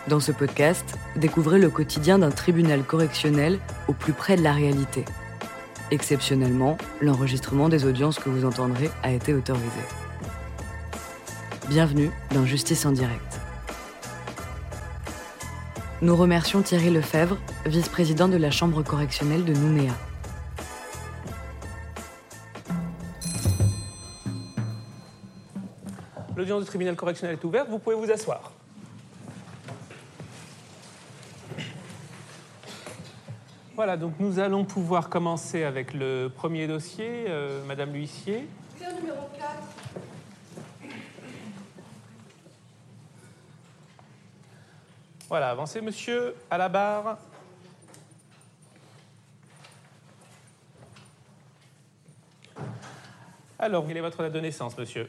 Dans ce podcast, découvrez le quotidien d'un tribunal correctionnel au plus près de la réalité. Exceptionnellement, l'enregistrement des audiences que vous entendrez a été autorisé. Bienvenue dans Justice en direct. Nous remercions Thierry Lefebvre, vice-président de la Chambre correctionnelle de Nouméa. L'audience du tribunal correctionnel est ouverte, vous pouvez vous asseoir. Voilà, donc nous allons pouvoir commencer avec le premier dossier, Madame l'huissier. C'est le numéro 4. Voilà, avancez monsieur, à la barre. Alors, quelle est votre date de naissance, monsieur?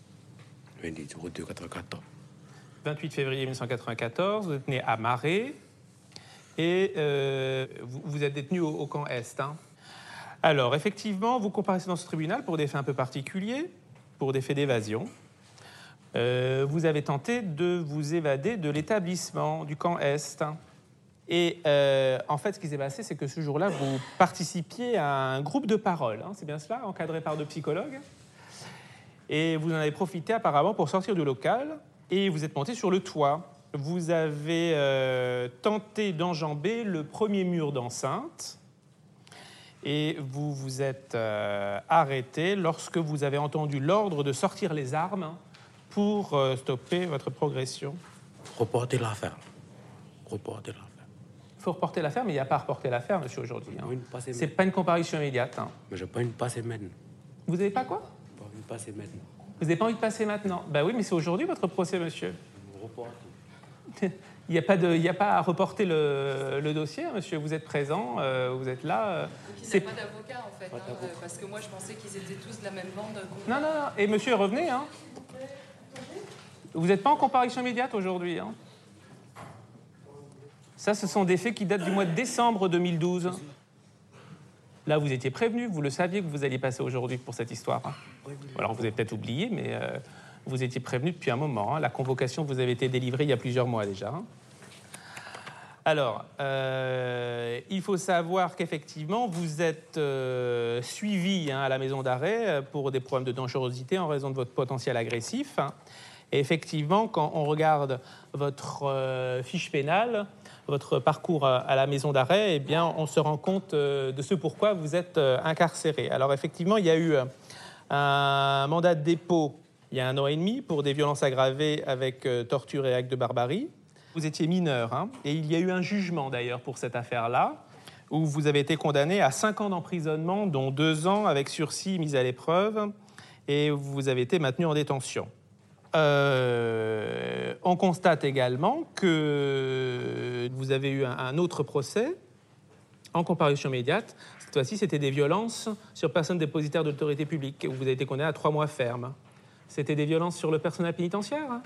28 février 1994, vous êtes né à Marais et vous êtes détenu au camp Est. Hein. Alors, effectivement, vous comparaissez dans ce tribunal pour des faits un peu particuliers, pour des faits d'évasion. Vous avez tenté de vous évader de l'établissement du camp Est. Et en fait, ce qui s'est passé, c'est que ce jour-là, vous participiez à un groupe de parole, hein, c'est bien cela, encadré par 2 psychologues. Et vous en avez profité apparemment pour sortir du local et vous êtes monté sur le toit. Vous avez tenté d'enjamber le premier mur d'enceinte et vous vous êtes arrêté lorsque vous avez entendu l'ordre de sortir les armes pour stopper votre progression. Reporter l'affaire. Reporter l'affaire. Il faut reporter l'affaire, mais il n'y a pas à reporter l'affaire, monsieur, aujourd'hui. Hein. C'est pas une comparution immédiate. Hein. Mais je n'ai pas envie de passer maintenant. Vous n'avez pas quoi? Pas envie de passer maintenant. Vous n'avez pas envie de passer maintenant? Ben oui, mais c'est aujourd'hui votre procès, monsieur. Reporter. Il n'y a pas à reporter le dossier, hein, monsieur. Vous êtes présent, vous êtes là. Donc il n'y a pas d'avocat, en fait, parce que moi, je pensais qu'ils étaient tous de la même bande. Non. Et monsieur, revenez. Hein. Vous n'êtes pas en comparution immédiate aujourd'hui. Hein. Ça, ce sont des faits qui datent du mois de décembre 2012. Là, vous étiez prévenu, vous le saviez que vous alliez passer aujourd'hui pour cette histoire. Hein. Alors, vous avez peut-être oublié, mais vous étiez prévenu depuis un moment. Hein. La convocation vous avait été délivrée il y a plusieurs mois déjà. Hein. Alors, il faut savoir qu'effectivement, vous êtes suivi à la maison d'arrêt pour des problèmes de dangerosité en raison de votre potentiel agressif. Hein. Et effectivement, quand on regarde votre fiche pénale, votre parcours à la maison d'arrêt, eh bien, on se rend compte de ce pourquoi vous êtes incarcéré. Alors, effectivement, il y a eu un mandat de dépôt il y a 1 an et demi pour des violences aggravées avec torture et actes de barbarie. Vous étiez mineur, hein, et il y a eu un jugement, d'ailleurs, pour cette affaire-là, où vous avez été condamné à 5 ans d'emprisonnement, dont 2 ans avec sursis mis à l'épreuve, et vous avez été maintenu en détention. On constate également que vous avez eu un autre procès en comparution immédiate. Cette fois-ci, c'était des violences sur personne dépositaire de l'autorité publique, où vous avez été condamné à 3 mois ferme. C'était des violences sur le personnel pénitentiaire. Hein.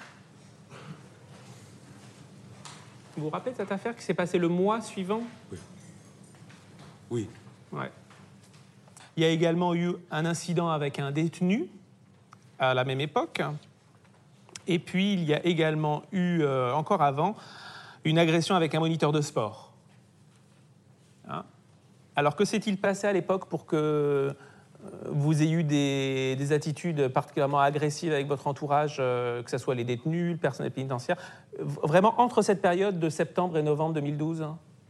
Vous vous rappelez de cette affaire qui s'est passée le mois suivant? Oui. Ouais. Il y a également eu un incident avec un détenu à la même époque. Et puis, il y a également eu, encore avant, une agression avec un moniteur de sport. Hein? Alors, que s'est-il passé à l'époque pour que vous ayez eu des attitudes particulièrement agressives avec votre entourage, que ce soit les détenus, le personnel pénitentiaire, vraiment entre cette période de septembre et novembre 2012?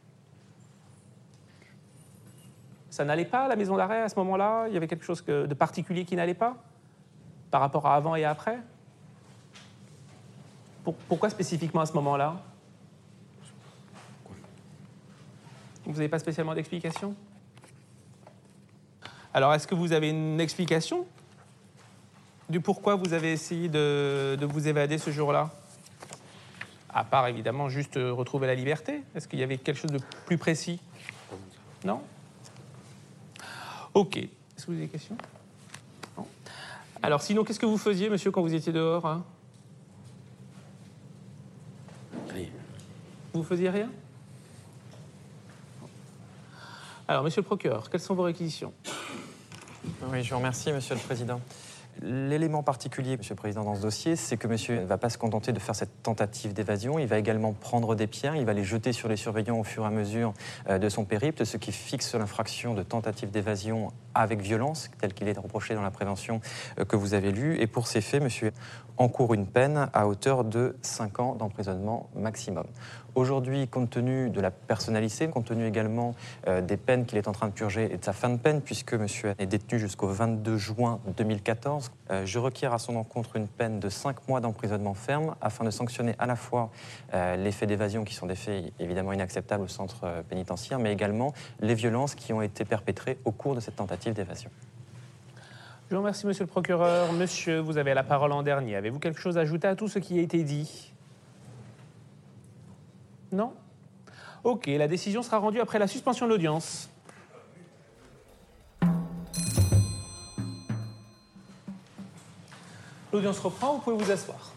Ça n'allait pas à la maison d'arrêt à ce moment-là? Il y avait quelque chose de particulier qui n'allait pas par rapport à avant et après? Pourquoi spécifiquement à ce moment-là? Vous n'avez pas spécialement d'explication? Alors, est-ce que vous avez une explication du pourquoi vous avez essayé de vous évader ce jour-là? À part, évidemment, juste retrouver la liberté. Est-ce qu'il y avait quelque chose de plus précis? Non? OK. Est-ce que vous avez des questions? Non. Alors, sinon, qu'est-ce que vous faisiez, monsieur, quand vous étiez dehors? Hein? Rien. Vous faisiez rien? Alors, monsieur le procureur, quelles sont vos réquisitions? Oui, je vous remercie, Monsieur le Président. L'élément particulier, Monsieur le Président, dans ce dossier, c'est que monsieur ne va pas se contenter de faire cette tentative d'évasion. Il va également prendre des pierres, il va les jeter sur les surveillants au fur et à mesure de son périple, ce qui fixe l'infraction de tentative d'évasion avec violence, tel qu'il est reproché dans la prévention que vous avez lue. Et pour ces faits, monsieur encourt une peine à hauteur de 5 ans d'emprisonnement maximum. Aujourd'hui, compte tenu de la personnalité, compte tenu également des peines qu'il est en train de purger et de sa fin de peine, puisque monsieur est détenu jusqu'au 22 juin 2014, je requiers à son encontre une peine de 5 mois d'emprisonnement ferme afin de sanctionner à la fois les faits d'évasion qui sont des faits évidemment inacceptables au centre pénitentiaire, mais également les violences qui ont été perpétrées au cours de cette tentative d'évasion. Je vous remercie, monsieur le procureur. Monsieur, vous avez la parole en dernier. Avez-vous quelque chose à ajouter à tout ce qui a été dit? Non? Ok, la décision sera rendue après la suspension de l'audience. L'audience reprend, vous pouvez vous asseoir.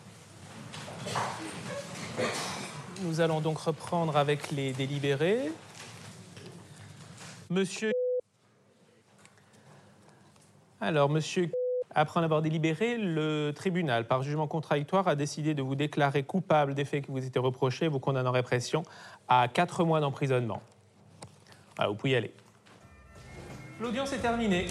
Nous allons donc reprendre avec les délibérés. Monsieur... Alors, monsieur, après en avoir délibéré, le tribunal, par jugement contradictoire, a décidé de vous déclarer coupable des faits qui vous étaient reprochés et vous condamne en répression à 4 mois d'emprisonnement. Voilà, vous pouvez y aller. L'audience est terminée.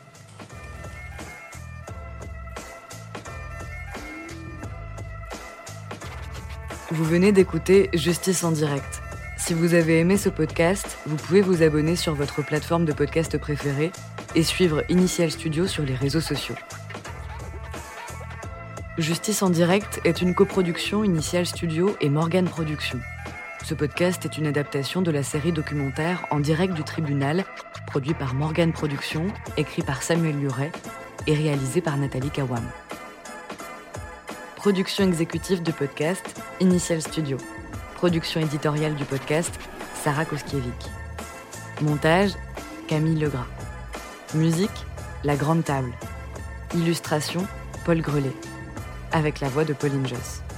Vous venez d'écouter Justice en direct. Si vous avez aimé ce podcast, vous pouvez vous abonner sur votre plateforme de podcast préférée et suivre Initial Studio sur les réseaux sociaux. Justice en direct est une coproduction Initial Studio et Morgane Productions. Ce podcast est une adaptation de la série documentaire En direct du tribunal, produit par Morgane Productions, écrit par Samuel Luret et réalisé par Nathalie Kawam. Production exécutive du podcast, Initial Studio. Production éditoriale du podcast, Sarah Koskiewicz. Montage, Camille Legras. Musique, La Grande Table. Illustration, Paul Grelet. Avec la voix de Pauline Josse.